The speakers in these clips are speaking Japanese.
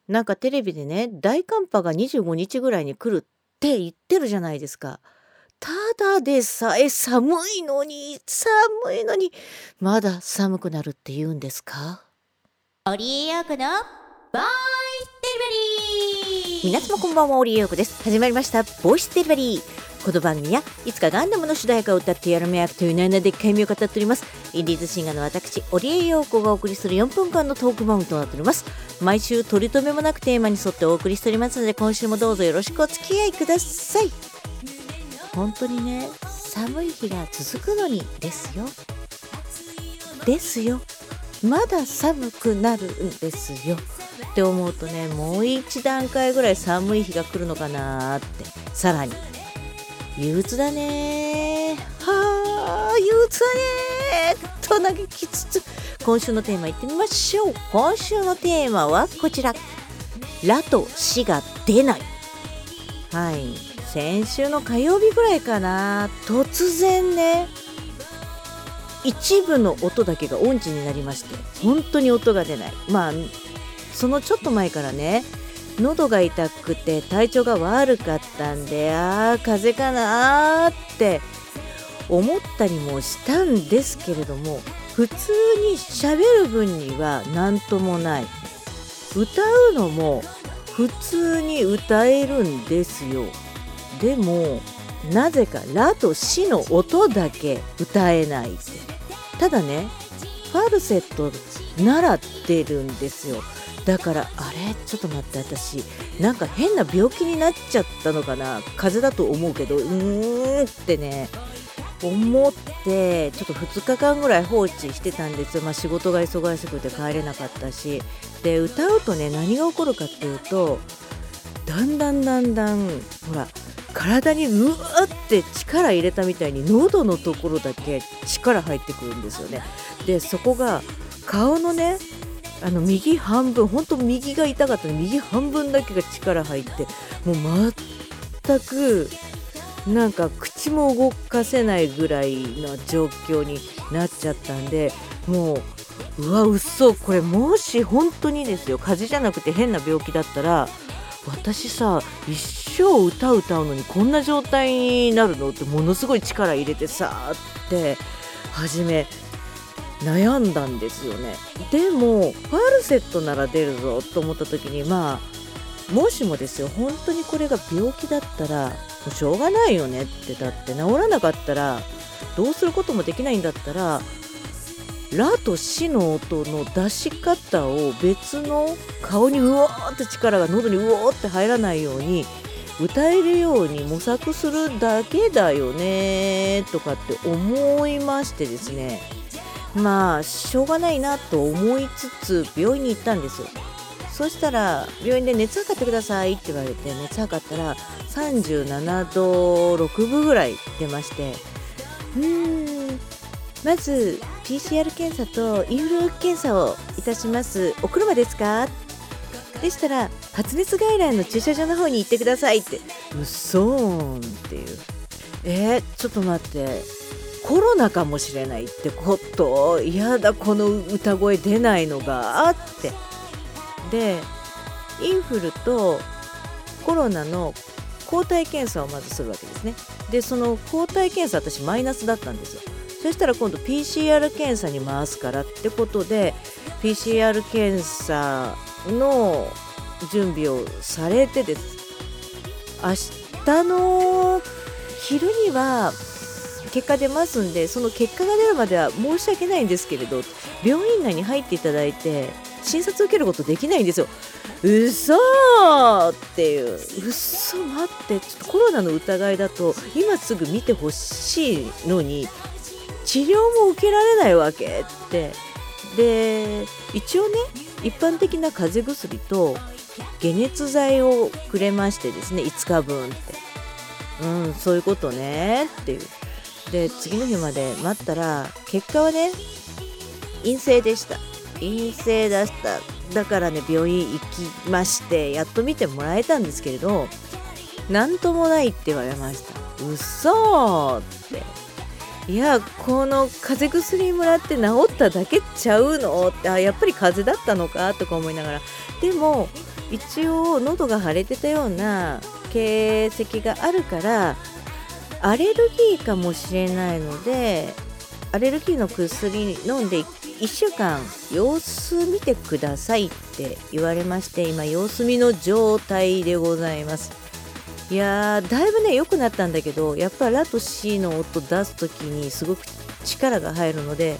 なんかテレビでね、大寒波が25日ぐらいに来るって言ってるじゃないですか。ただでさえ寒いのに、まだ寒くなるって言うんですか？ オリエヨークのボイスデリバリー。 皆様こんばんは、オリエヨークです。始まりましたボイスデリバリー。この番組はいつかガンダムの主題歌を歌ってやるめ役という7でっかい意味を語っております。インディーズシンガーの私オリエヨークがお送りする4分間のトーク番組となっております。毎週取り留めもなくテーマに沿ってお送りしておりますので、今週もどうぞよろしくお付き合いください。本当にね、寒い日が続くのにですよ、まだ寒くなるんですよって思うとね、もう一段階ぐらい寒い日が来るのかなって。さらに憂鬱だね憂鬱だねと嘆きつつ、今週のテーマいってみましょう。今週のテーマはこちら、ラとシが出ない。はい、先週の火曜日ぐらいかな、突然ね、一部の音だけが音痴になりまして、本当に音が出ない。そのちょっと前からね、喉が痛くて体調が悪かったんで、風邪かなって思ったりもしたんですけれども、普通に喋る分には何ともない。歌うのも普通に歌えるんですよ。でもなぜかラとシの音だけ歌えないって。ただね、ファルセット習ってるんですよ。だからちょっと待って、私なんか変な病気になっちゃったのかな、風邪だと思うけどってね思って、ちょっと2日間ぐらい放置してたんですよ。仕事が忙しくて帰れなかったし。で、歌うとね、何が起こるかっていうと、だんだんほら、体にうわって力入れたみたいに喉のところだけ力入ってくるんですよね。で、そこが顔のね、右半分、本当右が痛かったの、右半分だけが力入って、もう全くなんか口も動かせないぐらいの状況になっちゃったんで、もうこれもし本当にですよ、風邪じゃなくて変な病気だったら、私さ、一生歌うのにこんな状態になるのって、ものすごい力入れてさーって初め悩んだんですよね。でもファルセットなら出るぞと思った時に、もしもですよ、本当にこれが病気だったらもうしょうがないよねって。だって治らなかったらどうすることもできないんだったら、ラとシの音の出し方を別の顔にうわーって力が喉にうわーって入らないように歌えるように模索するだけだよねとかって思いましてですね、しょうがないなと思いつつ病院に行ったんですよ。そしたら病院で熱測ってくださいって言われて、熱測ったら37度6分ぐらい出まして、まず PCR 検査とインフル検査をいたします。お車ですか？でしたら発熱外来の駐車場の方に行ってくださいって。うそーんっていう。ちょっと待って、コロナかもしれないってこと？やだ、この歌声出ないのがって。で、インフルとコロナの抗体検査をまずするわけですね。で、その抗体検査、私マイナスだったんですよ。そしたら今度 PCR 検査に回すからってことで PCR 検査の準備をされてです。明日の昼には結果出ますんで、その結果が出るまでは申し訳ないんですけれど、病院内に入っていただいて診察受けることできないんですよ。うそーっていう。うそ、待って、ちょっとコロナの疑いだと今すぐ見てほしいのに治療も受けられないわけって。で、一応ね、一般的な風邪薬と解熱剤をくれましてですね、5日分って。そういうことねっていう。で、次の日まで待ったら結果はね、陰性でした。陰性だした。だからね、病院行きましてやっと見てもらえたんですけれど、なんともないって言われました。うそーって。 いやこの風邪薬もらって治っただけちゃうのってやっぱり風邪だったのかとか思いながら、でも一応喉が腫れてたような形跡があるからアレルギーかもしれないので、アレルギーの薬飲んで1週間様子見てくださいって言われまして、今様子見の状態でございます。いやーだいぶね良くなったんだけど、やっぱラとシの音出す時にすごく力が入るので、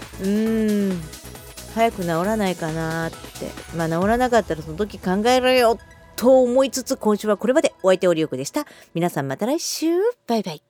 早く治らないかなって、治らなかったらその時考えろよと思いつつ、今週はこれまで。お相手オリオクでした。皆さんまた来週、バイバイ。